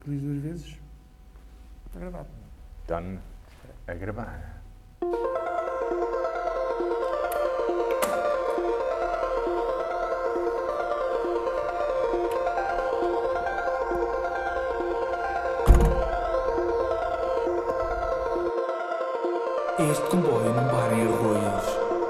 Li 2 vezes. Está gravado. Done a gravar. Este comboio não para em Arroios.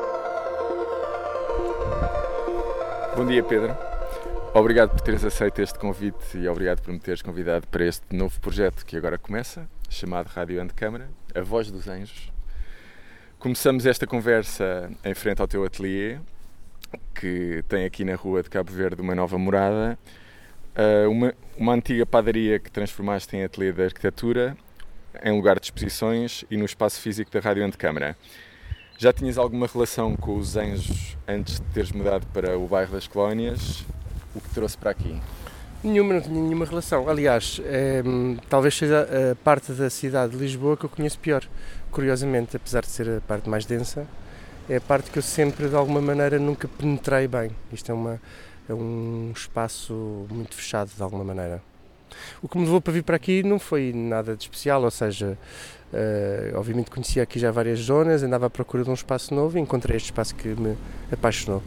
Bom dia, Pedro. Obrigado por teres aceito este convite e obrigado por me teres convidado para este novo projeto que agora começa, chamado Rádio Antecâmara, A Voz dos Anjos. Começamos esta conversa em frente ao teu ateliê, que tem aqui na rua de Cabo Verde uma nova morada, uma antiga padaria que transformaste em ateliê de arquitetura, em lugar de exposições e no espaço físico da Rádio Antecâmara. Já tinhas alguma relação com os Anjos antes de teres mudado para o bairro das Colónias? O que te trouxe para aqui? Não tinha nenhuma relação. Aliás, talvez seja a parte da cidade de Lisboa que eu conheço pior. Curiosamente, apesar de ser a parte mais densa, é a parte que eu sempre, de alguma maneira, nunca penetrei bem. Isto é um espaço muito fechado, de alguma maneira. O que me levou para vir para aqui não foi nada de especial, ou seja, obviamente conhecia aqui já várias zonas, andava à procura de um espaço novo e encontrei este espaço que me apaixonou.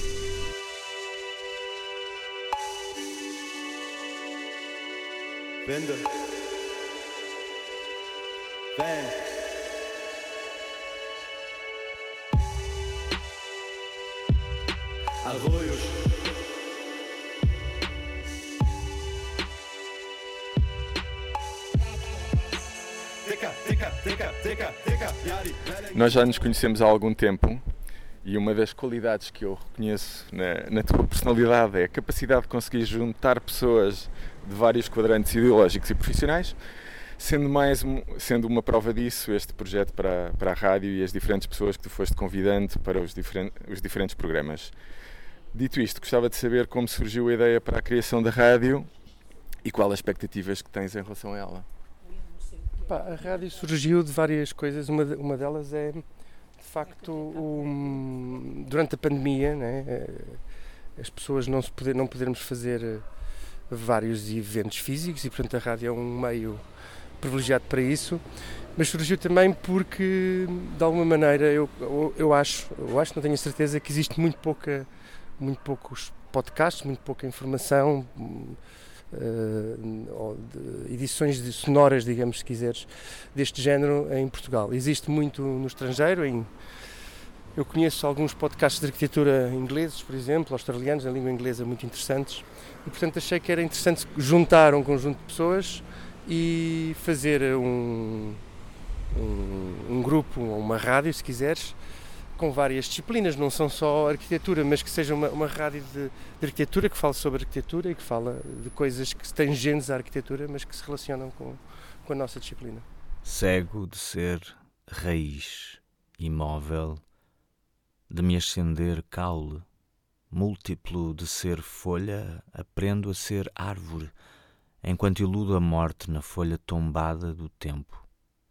Venda. Vem. Arroios. Nós já nos conhecemos há algum tempo e uma das qualidades que eu reconheço na tua personalidade é a capacidade de conseguir juntar pessoas de vários quadrantes ideológicos e profissionais, sendo uma prova disso este projeto para a rádio e as diferentes pessoas que tu foste convidando para os diferentes programas. Dito isto, gostava de saber como surgiu a ideia para a criação da rádio e quais as expectativas que tens em relação a ela. A rádio surgiu de várias coisas, uma delas é, de facto, durante a pandemia, né, as pessoas não podermos fazer vários eventos físicos e, portanto, a rádio é um meio privilegiado para isso, mas surgiu também porque, de alguma maneira, eu acho, não tenho a certeza, que existe muito poucos podcasts, muito pouca informação, edições sonoras, digamos, se quiseres, deste género em Portugal. Existe muito no estrangeiro. Eu conheço alguns podcasts de arquitetura ingleses, por exemplo, australianos, na língua inglesa, muito interessantes, e portanto achei que era interessante juntar um conjunto de pessoas e fazer um grupo, ou uma rádio, se quiseres, com várias disciplinas, não são só arquitetura, mas que seja uma rádio de arquitetura, que fale sobre arquitetura e que fala de coisas que têm genes à arquitetura, mas que se relacionam com a nossa disciplina. Cego de ser raiz, imóvel, de me ascender caule, múltiplo de ser folha, aprendo a ser árvore, enquanto iludo a morte na folha tombada do tempo.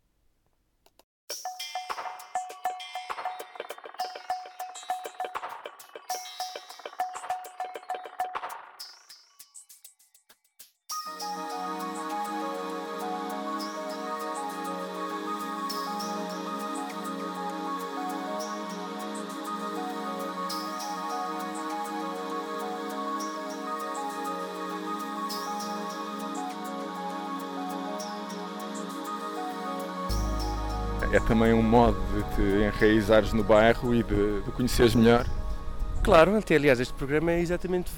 É também um modo de te enraizares no bairro e de conheceres melhor? Claro, até aliás este programa é exatamente,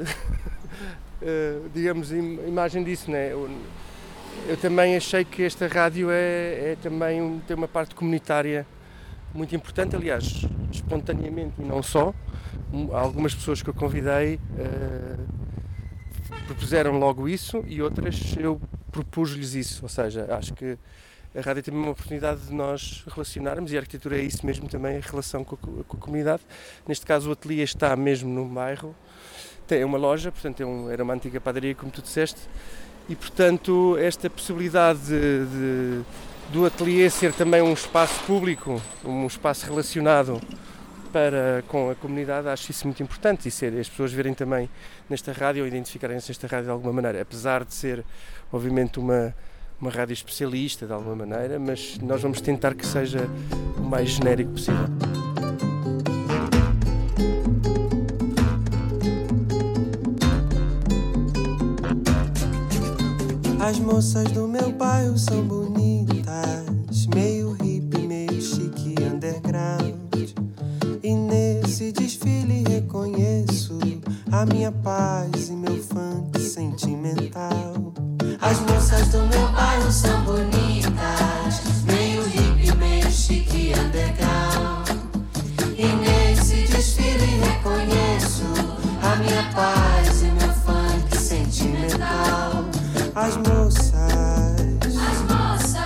digamos, imagem disso, né? Eu também achei que esta rádio também tem uma parte comunitária muito importante, aliás, espontaneamente e não só. Algumas pessoas que eu convidei propuseram logo isso e outras eu propus-lhes isso, ou seja, acho que a rádio é também uma oportunidade de nós relacionarmos, e a arquitetura é isso mesmo também, a relação com a comunidade. Neste caso o ateliê está mesmo no bairro, tem uma loja, portanto era uma antiga padaria, como tu disseste, e portanto esta possibilidade do ateliê ser também um espaço público, um espaço relacionado com a comunidade, acho isso muito importante, e as pessoas verem também nesta rádio, ou identificarem-se nesta rádio de alguma maneira, apesar de ser, obviamente, uma rádio especialista de alguma maneira, mas nós vamos tentar que seja o mais genérico possível. As moças do meu bairro são bonitas, meio hippie, meio chique, underground. E nesse desfile reconheço a minha paz e meu funk sentimental. As moças do meu bairro são bonitas, meio hippie, meio chique, underground. E nesse desfile reconheço a minha paz e meu funk sentimental. As moças, as moças,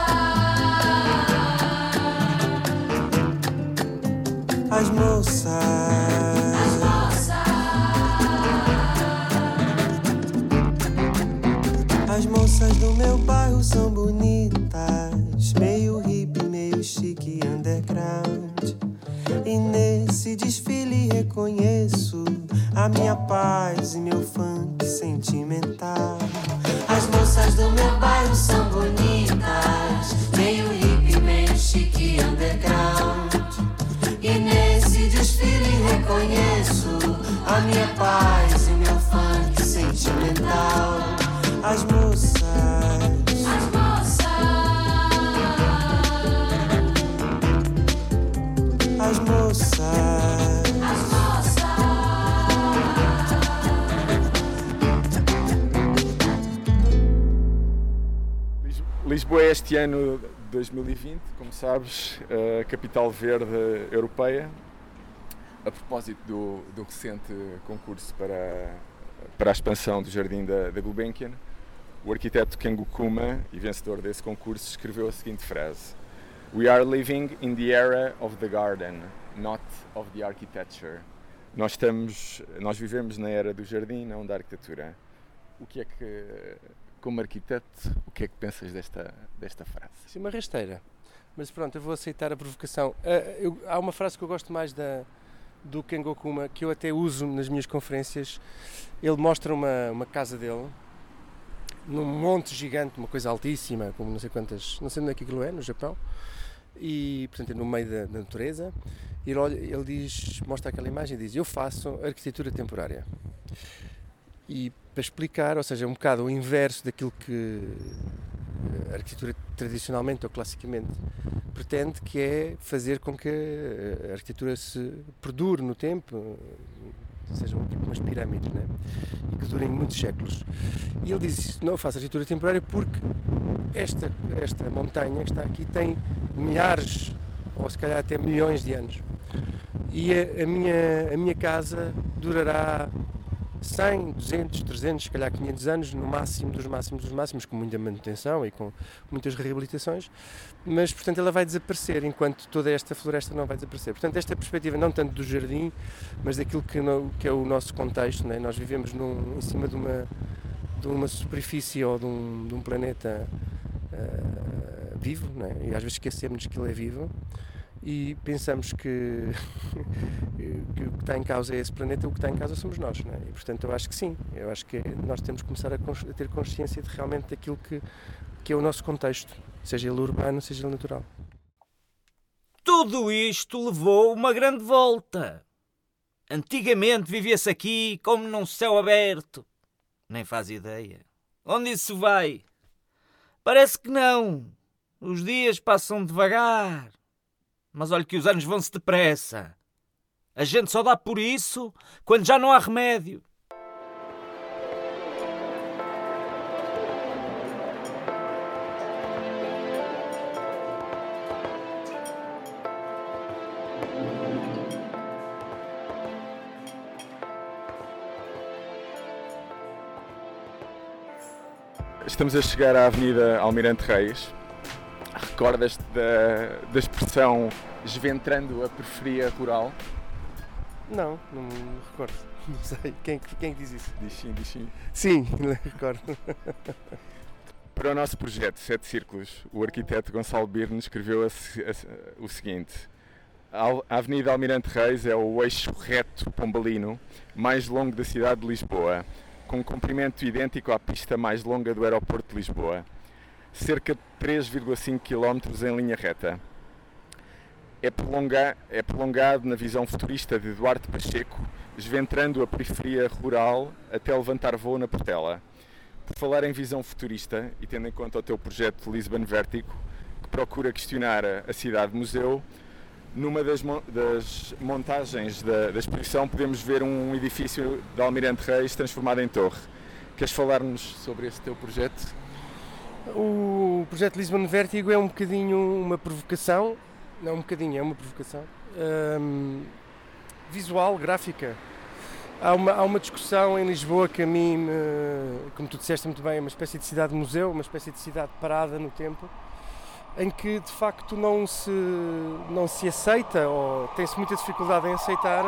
as moças, as moças, as moças do meu bairro são bonitas, meio hippie, meio chique, underground. E nesse desfile reconheço a minha paz e meu funk sentimental. As moças do meu bairro são bonitas, meio hippie, meio chique, underground. E nesse desfile reconheço a minha paz e meu funk sentimental. As moças, as moças, as moças, as moças. Lisboa é este ano 2020, como sabes, a capital verde europeia. A propósito do recente concurso para a expansão do Jardim da Gulbenkian, o arquiteto Kengo Kuma, e vencedor desse concurso, escreveu a seguinte frase: "We are living in the era of the garden, not of the architecture." Nós vivemos na era do jardim, não da arquitetura. O que é que, como arquiteto, o que é que pensas desta frase? Isso é uma rasteira, mas pronto, eu vou aceitar a provocação. Há uma frase que eu gosto mais do Kengo Kuma, que eu até uso nas minhas conferências. Ele mostra uma casa dele, num monte gigante, uma coisa altíssima, como não sei onde é que aquilo é, no Japão, e portanto é no meio da natureza. Ele mostra aquela imagem e diz: eu faço arquitetura temporária. E para explicar, ou seja, um bocado o inverso daquilo que a arquitetura tradicionalmente ou classicamente pretende, que é fazer com que a arquitetura se perdure no tempo, sejam tipo umas pirâmides, né? E que durem muitos séculos. E ele diz: não, eu faço arquitetura temporária porque esta montanha que está aqui tem milhares, ou se calhar até milhões de anos. E a minha casa durará 100, 200, 300, se calhar 500 anos, no máximo dos máximos, com muita manutenção e com muitas reabilitações, mas, portanto, ela vai desaparecer, enquanto toda esta floresta não vai desaparecer. Portanto, esta perspectiva, não tanto do jardim, mas daquilo que é o nosso contexto, né? Nós vivemos em cima de uma superfície ou de um planeta vivo, né? E às vezes esquecemos que ele é vivo, e pensamos que o que está em causa é esse planeta, o que está em causa somos nós, não é? E portanto eu acho que sim, eu acho que nós temos que começar a ter consciência de realmente daquilo que é o nosso contexto, seja ele urbano, seja ele natural. Tudo isto levou uma grande volta. Antigamente vivia-se aqui como num céu aberto. Nem faz ideia. Onde isso vai? Parece que não. Os dias passam devagar. Mas olha que os anos vão-se depressa. A gente só dá por isso quando já não há remédio. Estamos a chegar à Avenida Almirante Reis. Recordas-te da expressão "esventrando a periferia rural"? Não me recordo. Não sei. Quem é que diz isso? Diz sim. Sim, recordo. Para o nosso projeto 7 Círculos, o arquiteto Gonçalo Birne escreveu o seguinte: A Avenida Almirante Reis é o eixo reto pombalino mais longo da cidade de Lisboa, com um comprimento idêntico à pista mais longa do aeroporto de Lisboa, cerca de 3,5 km em linha reta. É prolongado na visão futurista de Duarte Pacheco, esventrando a periferia rural até levantar voo na Portela. Por falar em visão futurista, e tendo em conta o teu projeto Lisbon Vertigo, que procura questionar a cidade-museu, numa das montagens da exposição podemos ver um edifício de Almirante Reis transformado em torre. Queres falar-nos sobre esse teu projeto? O projeto Lisbon Vertigo é um bocadinho uma provocação, não um bocadinho, é uma provocação visual, gráfica. Há uma discussão em Lisboa que a mim, como tu disseste muito bem, é uma espécie de cidade-museu, uma espécie de cidade parada no tempo, em que de facto não se aceita, ou tem-se muita dificuldade em aceitar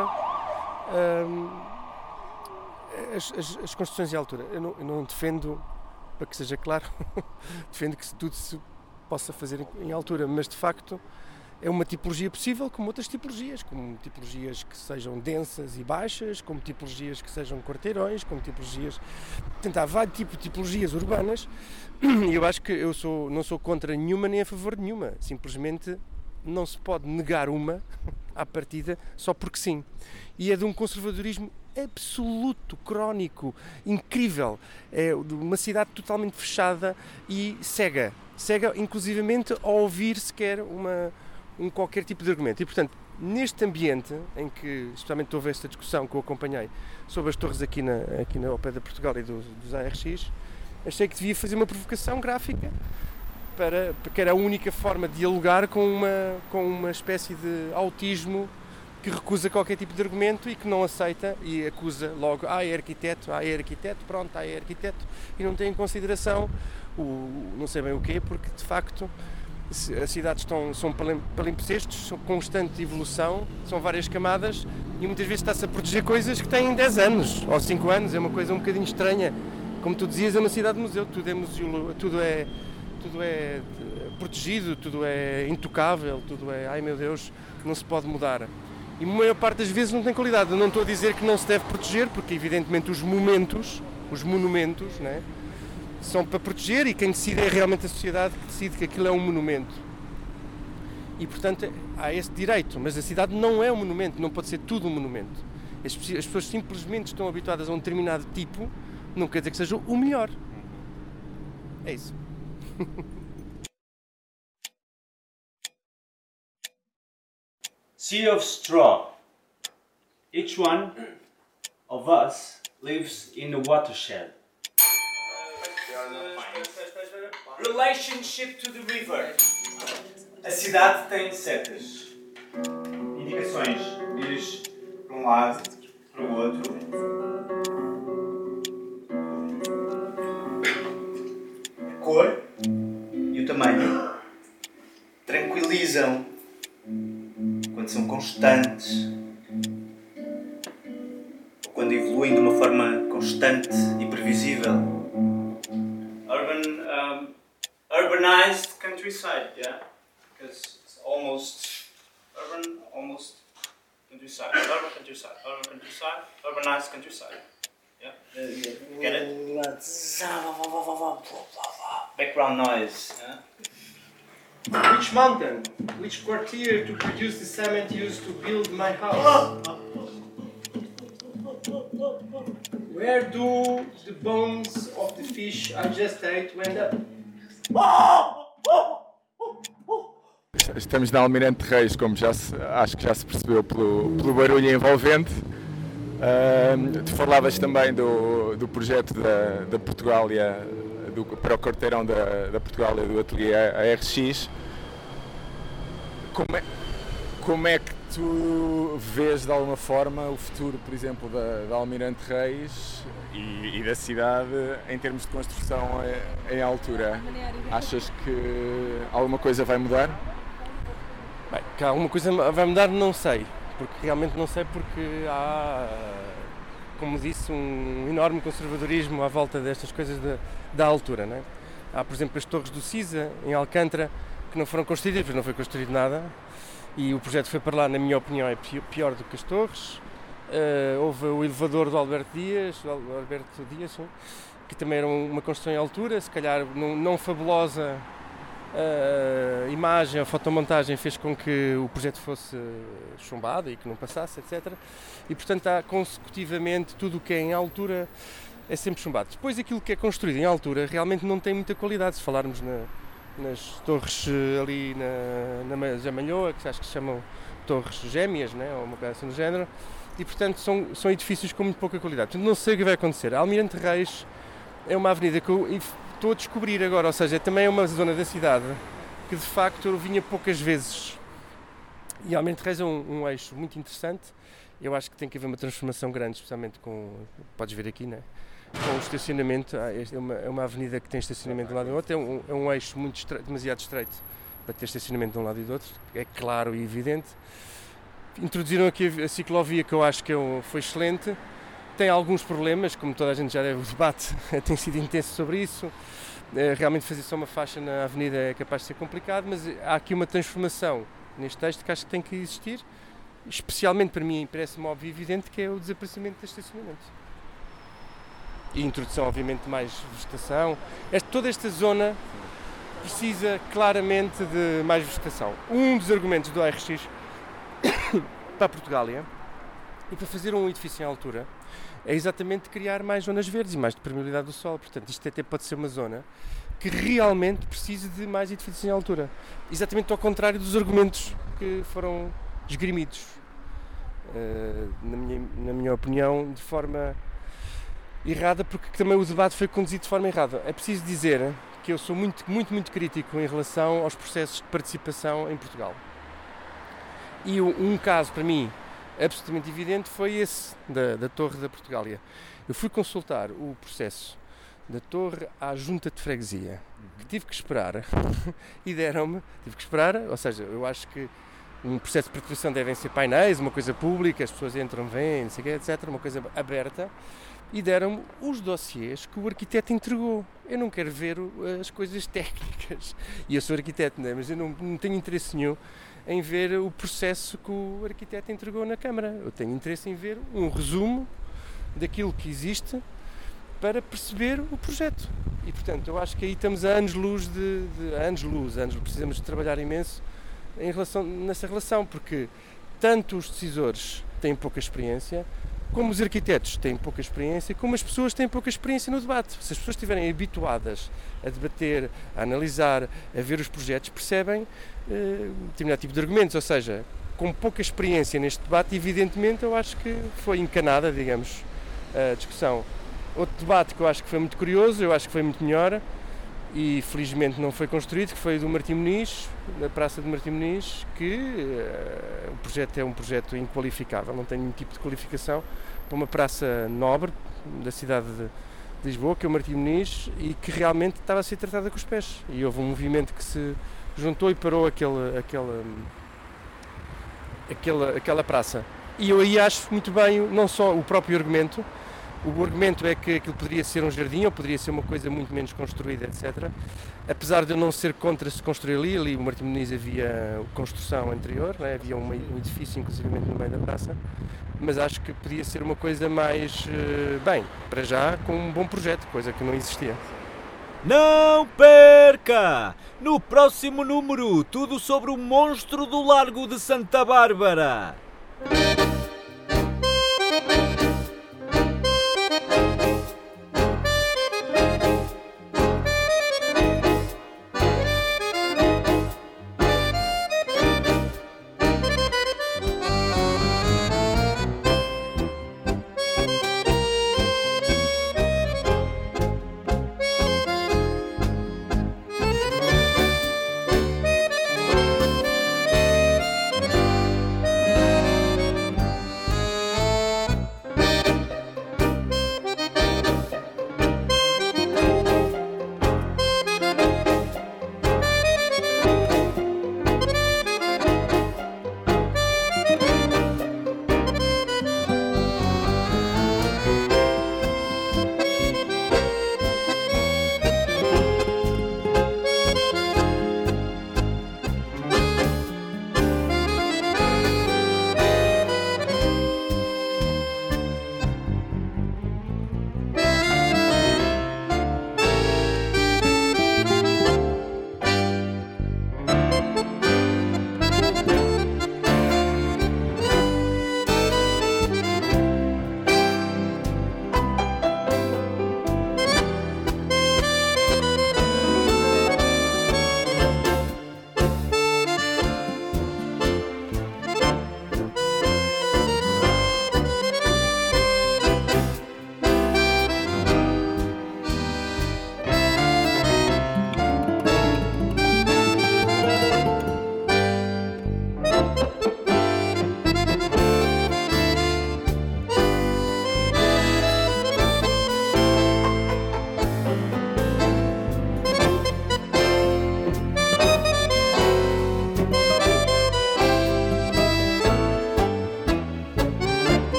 as construções de altura. Eu não defendo, para que seja claro, defendo que tudo se possa fazer em altura, mas de facto é uma tipologia possível, como outras tipologias, como tipologias que sejam densas e baixas, como tipologias que sejam quarteirões, como tipologias... Portanto, há vários tipos de tipologias urbanas, e eu acho que não sou contra nenhuma nem a favor de nenhuma, simplesmente não se pode negar uma à partida só porque sim. E é de um conservadorismo absoluto, crónico, incrível. É de uma cidade totalmente fechada e cega inclusivamente ao ouvir sequer qualquer tipo de argumento. E, portanto, neste ambiente em que, especialmente houve esta discussão que eu acompanhei sobre as torres aqui ao pé da Portugal e dos ARX, achei que devia fazer uma provocação gráfica porque era a única forma de dialogar com uma espécie de autismo que recusa qualquer tipo de argumento e que não aceita e acusa logo, é arquiteto, pronto, é arquiteto, e não tem em consideração não sei bem o quê, porque de facto as cidades são palimpsestos, são constante evolução, são várias camadas e muitas vezes está-se a proteger coisas que têm 10 anos ou 5 anos, é uma coisa um bocadinho estranha. Como tu dizias, é uma cidade-museu, tudo é protegido, tudo é intocável, tudo é, ai meu Deus, não se pode mudar. E a maior parte das vezes não tem qualidade. Eu não estou a dizer que não se deve proteger, porque evidentemente os monumentos, né, são para proteger e quem decide é realmente a sociedade que decide que aquilo é um monumento. E portanto há esse direito, mas a cidade não é um monumento, não pode ser tudo um monumento. As pessoas simplesmente estão habituadas a um determinado tipo, não quer dizer que seja o melhor. É isso. Sea of straw. Each one of us lives in a watershed. Relationship to the river. A cidade tem setas. Indicações. Ires para um lado, para o outro. A cor e o tamanho tranquilizam quando são constantes ou quando evoluem de uma forma constante e previsível. Urbanized countryside, yeah? Because it's almost urban, almost countryside. Urban countryside, urbanized countryside. Yeah? Get it? Background noise, yeah? Which mountain, which quartier to produce the cement used to build my house? Where do the bones of the fish I just ate end up? Estamos na Almirante Reis, como acho que já se percebeu pelo barulho envolvente. Tu falavas também do projeto da Portugália, para o quarteirão da Portugália do ateliê ARX. Como é que tu vês de alguma forma o futuro, por exemplo, da Almirante Reis e da cidade em termos de construção em altura? Achas que alguma coisa vai mudar? Bem, que alguma coisa vai mudar, não sei. Porque realmente não sei, porque há, como disse, um enorme conservadorismo à volta destas coisas da altura, não é? Há, por exemplo, as torres do Cisa, em Alcântara, que não foram construídas, pois não foi construído nada. e o projeto foi para lá, na minha opinião, é pior do que as torres. Houve o elevador do Alberto Dias, sim, que também era uma construção em altura, se calhar não fabulosa. A imagem, a fotomontagem fez com que o projeto fosse chumbado e que não passasse, etc. E, portanto, há consecutivamente tudo o que é em altura é sempre chumbado. Depois, aquilo que é construído em altura realmente não tem muita qualidade. Se falarmos nas torres ali na Jamalhoa, que acho que se chamam torres gêmeas, né? Ou uma coisa assim do género, e, portanto, são edifícios com muito pouca qualidade. Portanto, não sei o que vai acontecer. A Almirante Reis é uma avenida que eu estou a descobrir agora, ou seja, também é uma zona da cidade que de facto eu vinha poucas vezes. E Almirante Reis é um eixo muito interessante. Eu acho que tem que haver uma transformação grande, especialmente podes ver aqui, né? Com o estacionamento. É uma avenida que tem estacionamento de um lado e do outro. É um eixo muito demasiado estreito para ter estacionamento de um lado e do outro. É claro e evidente. Introduziram aqui a ciclovia, que eu acho que foi excelente. Tem alguns problemas, como toda a gente já deve, o debate tem sido intenso sobre isso. Realmente fazer só uma faixa na avenida é capaz de ser complicado, mas há aqui uma transformação neste texto que acho que tem que existir, especialmente para mim, parece-me óbvio e evidente, que é o desaparecimento do estacionamento. E a introdução, obviamente, de mais vegetação. Toda esta zona precisa claramente de mais vegetação. Um dos argumentos do ARX para Portugália e para fazer um edifício em altura é exatamente criar mais zonas verdes e mais de permeabilidade do solo. Portanto, isto até pode ser uma zona que realmente precise de mais edifícios em altura. Exatamente ao contrário dos argumentos que foram esgrimidos, na minha opinião, de forma errada, porque também o debate foi conduzido de forma errada. É preciso dizer que eu sou muito, muito, muito crítico em relação aos processos de participação em Portugal. E um caso, para mim, absolutamente evidente foi esse da Torre da Portugália. Eu fui consultar o processo da Torre à Junta de Freguesia, que tive que esperar e tive que esperar, ou seja, eu acho que um processo de participação devem ser painéis, uma coisa pública, as pessoas entram, vêm, não sei o quê, etc., uma coisa aberta, e deram-me os dossiês que o arquiteto entregou. Eu não quero ver as coisas técnicas, e eu sou arquiteto, né? Mas eu não tenho interesse nenhum em ver o processo que o arquiteto entregou na Câmara. Eu tenho interesse em ver um resumo daquilo que existe para perceber o projeto. E, portanto, eu acho que aí estamos a anos-luz precisamos de trabalhar imenso nessa relação, porque tanto os decisores têm pouca experiência, como os arquitetos têm pouca experiência, como as pessoas têm pouca experiência no debate. Se as pessoas estiverem habituadas a debater, a analisar, a ver os projetos, percebem determinado tipo de argumentos, ou seja, com pouca experiência neste debate, evidentemente eu acho que foi encanada, digamos, a discussão. Outro debate que eu acho que foi muito curioso, eu acho que foi muito melhor e felizmente não foi construído, que foi do Martim Moniz, na Praça de Martim Moniz, que o projeto é um projeto inqualificável, não tem nenhum tipo de qualificação para uma praça nobre da cidade de Lisboa, que é o Martim Moniz, e que realmente estava a ser tratada com os pés. E houve um movimento que se juntou e parou aquela praça. E eu aí acho muito bem, não só o próprio argumento, o argumento é que aquilo poderia ser um jardim ou poderia ser uma coisa muito menos construída, etc. Apesar de eu não ser contra se construir ali o Martim Moniz havia construção anterior, né? Havia um edifício inclusivamente no meio da praça, mas acho que podia ser uma coisa mais, para já, com um bom projeto, coisa que não existia. Não perca! No próximo número, tudo sobre o monstro do Largo de Santa Bárbara.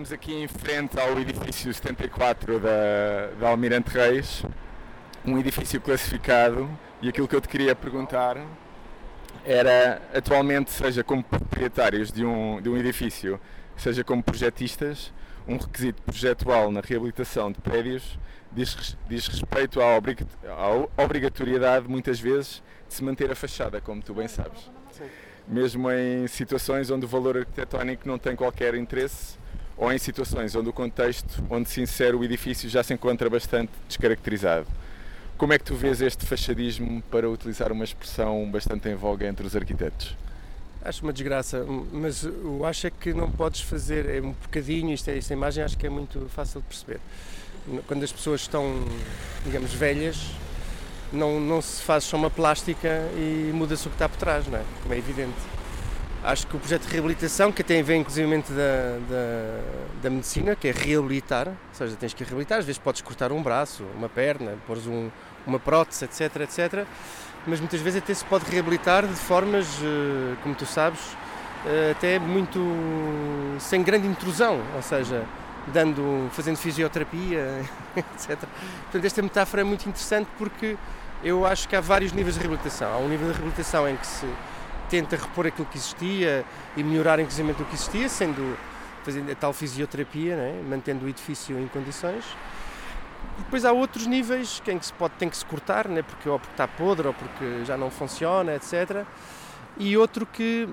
estamos aqui em frente ao edifício 74 da Almirante Reis, um edifício classificado, e aquilo que eu te queria perguntar era, atualmente, seja como proprietários de um edifício, seja como projetistas, um requisito projetual na reabilitação de prédios diz respeito à obrigatoriedade, muitas vezes, de se manter a fachada, como tu bem sabes. Sim. Mesmo em situações onde o valor arquitetónico não tem qualquer interesse, ou em situações onde o contexto onde se insere o edifício já se encontra bastante descaracterizado. Como é que tu vês este fachadismo, para utilizar uma expressão bastante em voga entre os arquitetos? Acho uma desgraça, mas eu acho é que não podes fazer um bocadinho, esta imagem acho que é muito fácil de perceber. Quando as pessoas estão, digamos, velhas, não se faz só uma plástica e muda-se o que está por trás, não é? Como é evidente. Acho que o projeto de reabilitação, que até vem inclusive da medicina, que é reabilitar, ou seja, tens que reabilitar, às vezes podes cortar um braço, uma perna, pôres uma prótese, etc, etc, mas muitas vezes até se pode reabilitar de formas, como tu sabes, até muito sem grande intrusão, ou seja, fazendo fisioterapia, etc. Portanto, esta metáfora é muito interessante porque eu acho que há vários níveis de reabilitação. Há um nível de reabilitação em que se tenta repor aquilo que existia e melhorar inclusive o que existia, fazendo a tal fisioterapia, não é? Mantendo o edifício em condições. E depois há outros níveis em que tem que se cortar, não é? Porque está podre ou porque já não funciona, etc. E outro que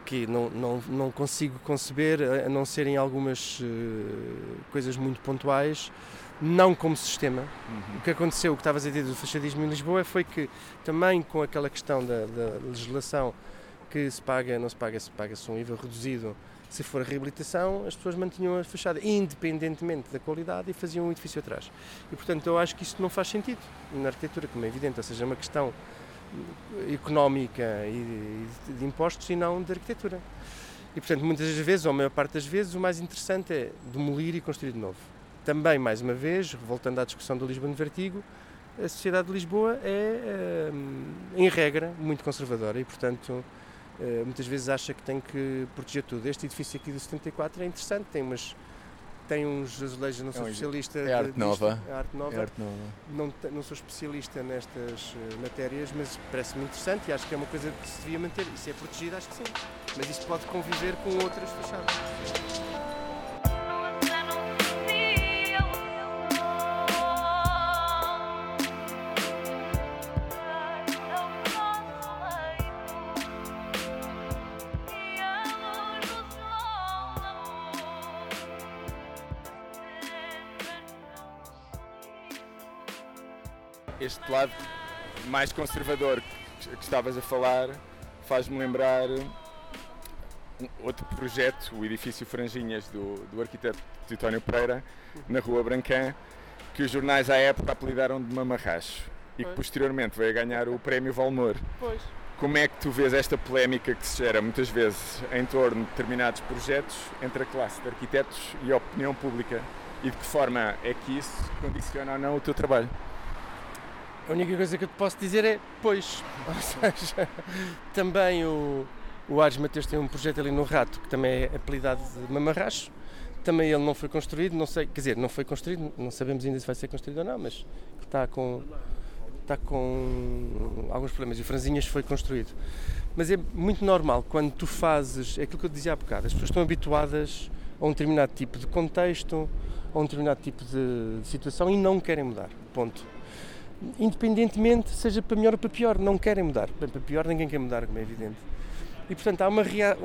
não consigo conceber, a não ser em algumas coisas muito pontuais, não como sistema. O que aconteceu, o que estavas a dizer do fachadismo em Lisboa, foi que também com aquela questão da legislação que se paga-se um IVA reduzido se for a reabilitação, as pessoas mantinham a fachada independentemente da qualidade e faziam um edifício atrás. E portanto eu acho que isso não faz sentido na arquitetura, como é evidente, ou seja, é uma questão económica e de impostos e não de arquitetura. E portanto muitas das vezes, ou a maior parte das vezes, o mais interessante é demolir e construir de novo. Também, mais uma vez, voltando à discussão do Lisbon de Vertigo, a sociedade de Lisboa é, em regra, muito conservadora e, portanto, muitas vezes acha que tem que proteger tudo. Este edifício aqui do 74 é interessante, tem uns azulejos, não sou especialista... É arte nova. É arte nova. Não sou especialista nestas matérias, mas parece-me interessante e acho que é uma coisa que se devia manter. E se é protegido, acho que sim. Mas isso pode conviver com outras fachadas. Este lado mais conservador que estavas a falar faz-me lembrar outro projeto, o edifício Franjinhas do arquiteto Titónio Pereira, na Rua Brancã, que os jornais à época apelidaram de Mamarracho e que posteriormente veio a ganhar o Prémio Valmor. Pois. Como é que tu vês esta polémica que se gera muitas vezes em torno de determinados projetos entre a classe de arquitetos e a opinião pública, e de que forma é que isso condiciona ou não o teu trabalho? A única coisa que eu te posso dizer é, pois, ou seja, também o Ares Mateus tem um projeto ali no Rato, que também é apelidado de Mamarracho, também ele não foi construído, não sei, quer dizer, não foi construído, não sabemos ainda se vai ser construído ou não, mas está com alguns problemas, e o Franzinhas foi construído. Mas é muito normal, quando tu fazes, é aquilo que eu dizia há bocado, as pessoas estão habituadas a um determinado tipo de contexto, a um determinado tipo de situação e não querem mudar, ponto. Independentemente, seja para melhor ou para pior, não querem mudar. Bem, para pior ninguém quer mudar, como é evidente. E portanto há uma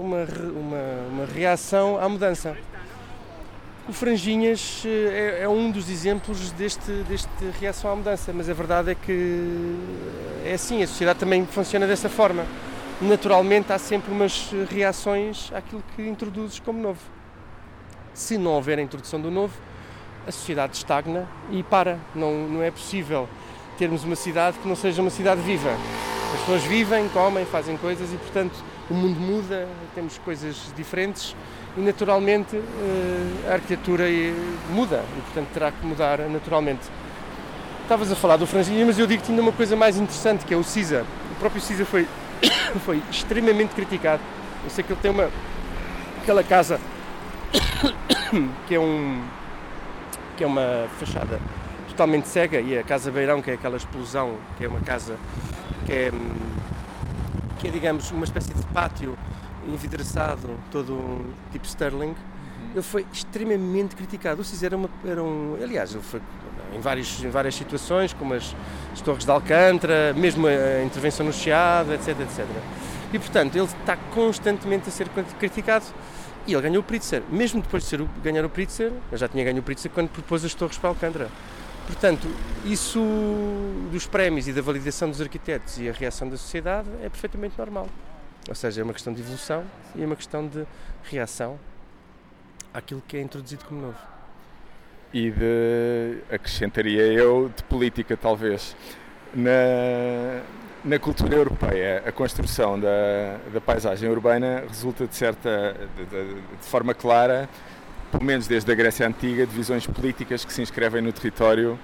reação à mudança. O Franjinhas é um dos exemplos deste reação à mudança, mas a verdade é que é assim, a sociedade também funciona dessa forma. Naturalmente há sempre umas reações àquilo que introduzes como novo. Se não houver a introdução do novo, a sociedade estagna e para. Não é possível termos uma cidade que não seja uma cidade viva. As pessoas vivem, comem, fazem coisas e, portanto, o mundo muda, temos coisas diferentes e, naturalmente, a arquitetura muda e, portanto, terá que mudar naturalmente. Estavas a falar do Franjinhas, mas eu digo-te ainda uma coisa mais interessante, que é o Cisa. O próprio Cisa foi extremamente criticado. Eu sei que ele tem aquela casa que é uma fachada totalmente cega, e a Casa Beirão, que é aquela explosão, que é uma casa que é digamos uma espécie de pátio envidraçado, todo tipo Sterling. Ele foi extremamente criticado. O CIS aliás, ele foi em várias situações, como as Torres de Alcântara, mesmo a intervenção no Chiado, etc, etc. E, portanto, ele está constantemente a ser criticado, e ele ganhou o Pritzker. Mesmo depois de ganhar o Pritzker, eu já tinha ganho o Pritzker quando propôs as Torres para Alcântara. Portanto, isso dos prémios e da validação dos arquitetos e a reação da sociedade é perfeitamente normal. Ou seja, é uma questão de evolução e é uma questão de reação àquilo que é introduzido como novo. E acrescentaria eu, de política talvez. Na cultura europeia, a construção da paisagem urbana resulta de forma clara, pelo menos desde a Grécia Antiga, de visões políticas que se inscrevem no território,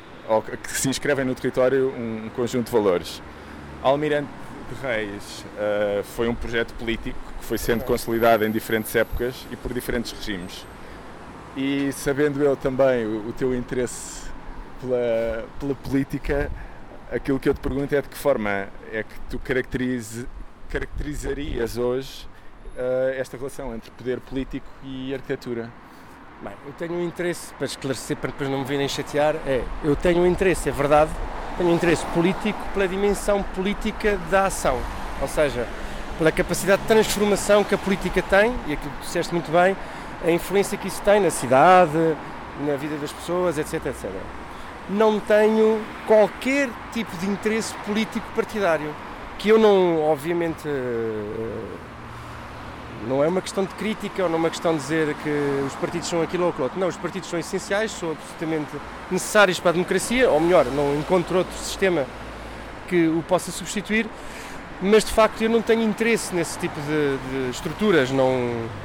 um conjunto de valores. Almirante de Reis foi um projeto político que foi sendo consolidado em diferentes épocas e por diferentes regimes. E sabendo eu também o teu interesse pela política, aquilo que eu te pergunto é de que forma é que tu caracterizarias hoje esta relação entre poder político e arquitetura? Bem, eu tenho um interesse, para esclarecer, para depois não me virem chatear, eu tenho um interesse, é verdade, tenho um interesse político pela dimensão política da ação, ou seja, pela capacidade de transformação que a política tem, e aquilo que tu disseste muito bem, a influência que isso tem na cidade, na vida das pessoas, etc, etc. Não tenho qualquer tipo de interesse político partidário, que eu não, obviamente, não é uma questão de crítica ou não é uma questão de dizer que os partidos são aquilo ou aquilo outro. Não, os partidos são essenciais, são absolutamente necessários para a democracia, ou melhor, não encontro outro sistema que o possa substituir, mas de facto eu não tenho interesse nesse tipo de estruturas, não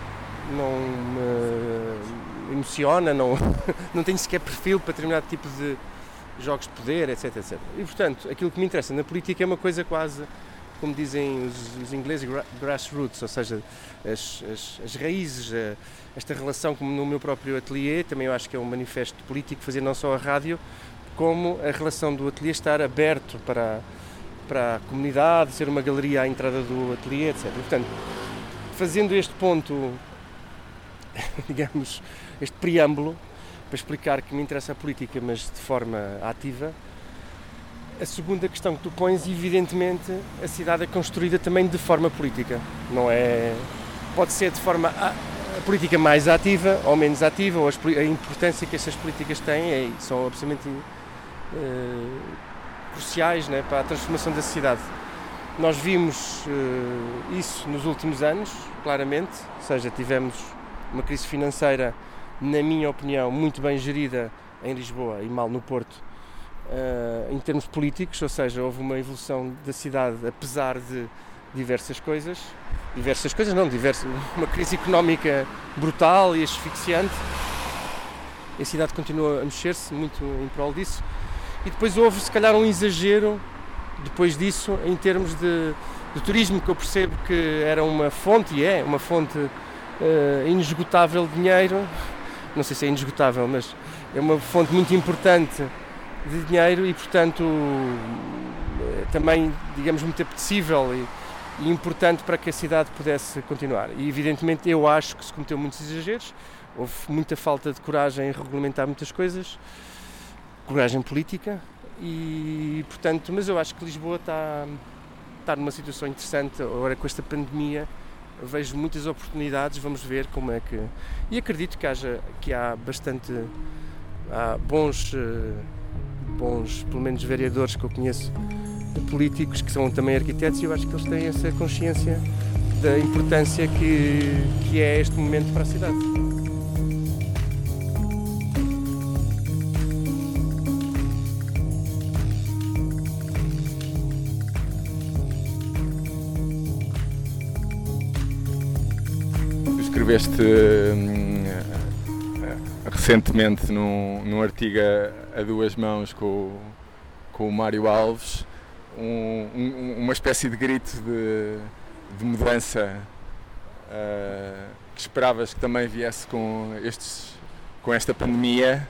me emociona, não tenho sequer perfil para determinado tipo de jogos de poder, etc, etc. E portanto, aquilo que me interessa na política é uma coisa quase, como dizem os ingleses, grassroots, ou seja, as raízes, esta relação, como no meu próprio ateliê, também eu acho que é um manifesto político, fazer não só a rádio, como a relação do ateliê estar aberto para a comunidade, ser uma galeria à entrada do ateliê, etc. E, portanto, fazendo este ponto, digamos, este preâmbulo, para explicar que me interessa a política, mas de forma ativa, a segunda questão que tu pões, evidentemente, a cidade é construída também de forma política, não é? Pode ser de forma a política mais ativa ou menos ativa, ou a importância que essas políticas têm são absolutamente cruciais, né, para a transformação da cidade. Nós vimos isso nos últimos anos, claramente, ou seja, tivemos uma crise financeira, na minha opinião, muito bem gerida em Lisboa e mal no Porto, em termos políticos, ou seja, houve uma evolução da cidade apesar de uma crise económica brutal e asfixiante. A cidade continua a mexer-se muito em prol disso, e depois houve se calhar um exagero depois disso em termos de turismo, que eu percebo que era uma fonte, e é uma fonte inesgotável de dinheiro, não sei se é inesgotável, mas é uma fonte muito importante de dinheiro e, portanto, também, digamos, muito apetecível e importante para que a cidade pudesse continuar. E, evidentemente, eu acho que se cometeu muitos exageros, houve muita falta de coragem em regulamentar muitas coisas, coragem política, e, portanto, mas eu acho que Lisboa está numa situação interessante. Agora, com esta pandemia, vejo muitas oportunidades, vamos ver como é que... E acredito que há bons, pelo menos vereadores que eu conheço, políticos, que são também arquitetos, e eu acho que eles têm essa consciência da importância que é este momento para a cidade. Escreveste recentemente num artigo a duas mãos com o Mário Alves, uma espécie de grito de mudança que esperavas que também viesse com esta pandemia?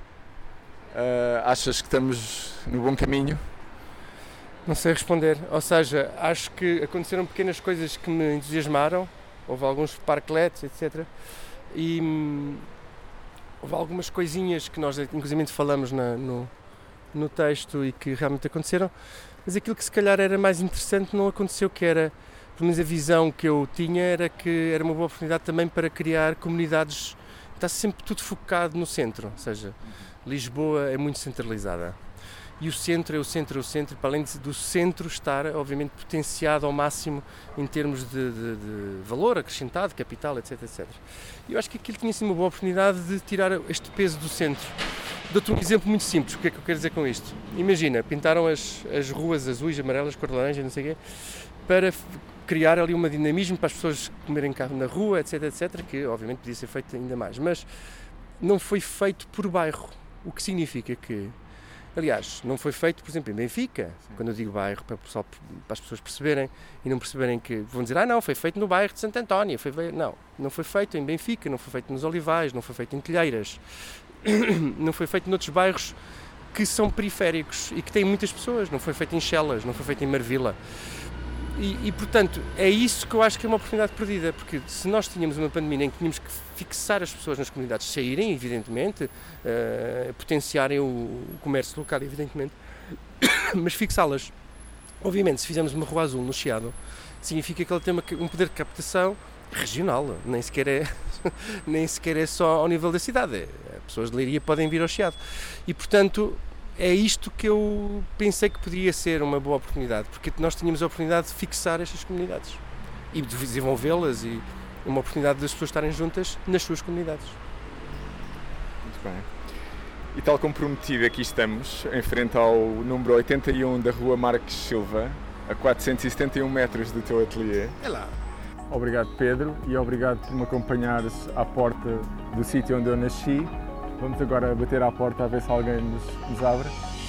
Achas que estamos no bom caminho? Não sei responder, ou seja, acho que aconteceram pequenas coisas que me entusiasmaram, houve alguns parklets, etc. E houve algumas coisinhas que nós inclusive falamos no texto e que realmente aconteceram, mas aquilo que se calhar era mais interessante não aconteceu, que era, pelo menos a visão que eu tinha, era que era uma boa oportunidade também para criar comunidades. Está sempre tudo focado no centro, ou seja, Lisboa é muito centralizada. E o centro, para além do centro estar, obviamente, potenciado ao máximo em termos de valor acrescentado, capital, etc, etc. E eu acho que aquilo tinha sido uma boa oportunidade de tirar este peso do centro. Dou-te um exemplo muito simples. O que é que eu quero dizer com isto? Imagina, pintaram as ruas azuis, amarelas, cor de laranja, não sei o quê, para criar ali um dinamismo para as pessoas comerem carro na rua, etc, etc, que obviamente podia ser feito ainda mais. Mas não foi feito por bairro, o que significa que, aliás, não foi feito, por exemplo, em Benfica. Sim. Quando eu digo bairro, para as pessoas perceberem e não perceberem que vão dizer, não, foi feito no bairro de Santo António. Não foi feito em Benfica, não foi feito nos Olivais, não foi feito em Telheiras, não foi feito noutros bairros que são periféricos e que têm muitas pessoas, não foi feito em Chelas, não foi feito em Marvila. E, portanto, é isso que eu acho que é uma oportunidade perdida, porque se nós tínhamos uma pandemia em que tínhamos que fixar as pessoas nas comunidades, saírem, evidentemente, potenciarem o comércio local, evidentemente, mas fixá-las. Obviamente, se fizermos uma Rua Azul no Chiado, significa que ela tem um poder de captação regional, nem sequer é só ao nível da cidade. Pessoas de Leiria podem vir ao Chiado. E, portanto, é isto que eu pensei que poderia ser uma boa oportunidade, porque nós tínhamos a oportunidade de fixar estas comunidades e de desenvolvê-las e uma oportunidade das pessoas estarem juntas nas suas comunidades. Muito bem. E tal como prometido, aqui estamos, em frente ao número 81 da Rua Marques Silva, a 471 metros do teu ateliê. É lá. Obrigado, Pedro, e obrigado por me acompanhares à porta do sítio onde eu nasci. Vamos agora bater à porta a ver se alguém nos abre.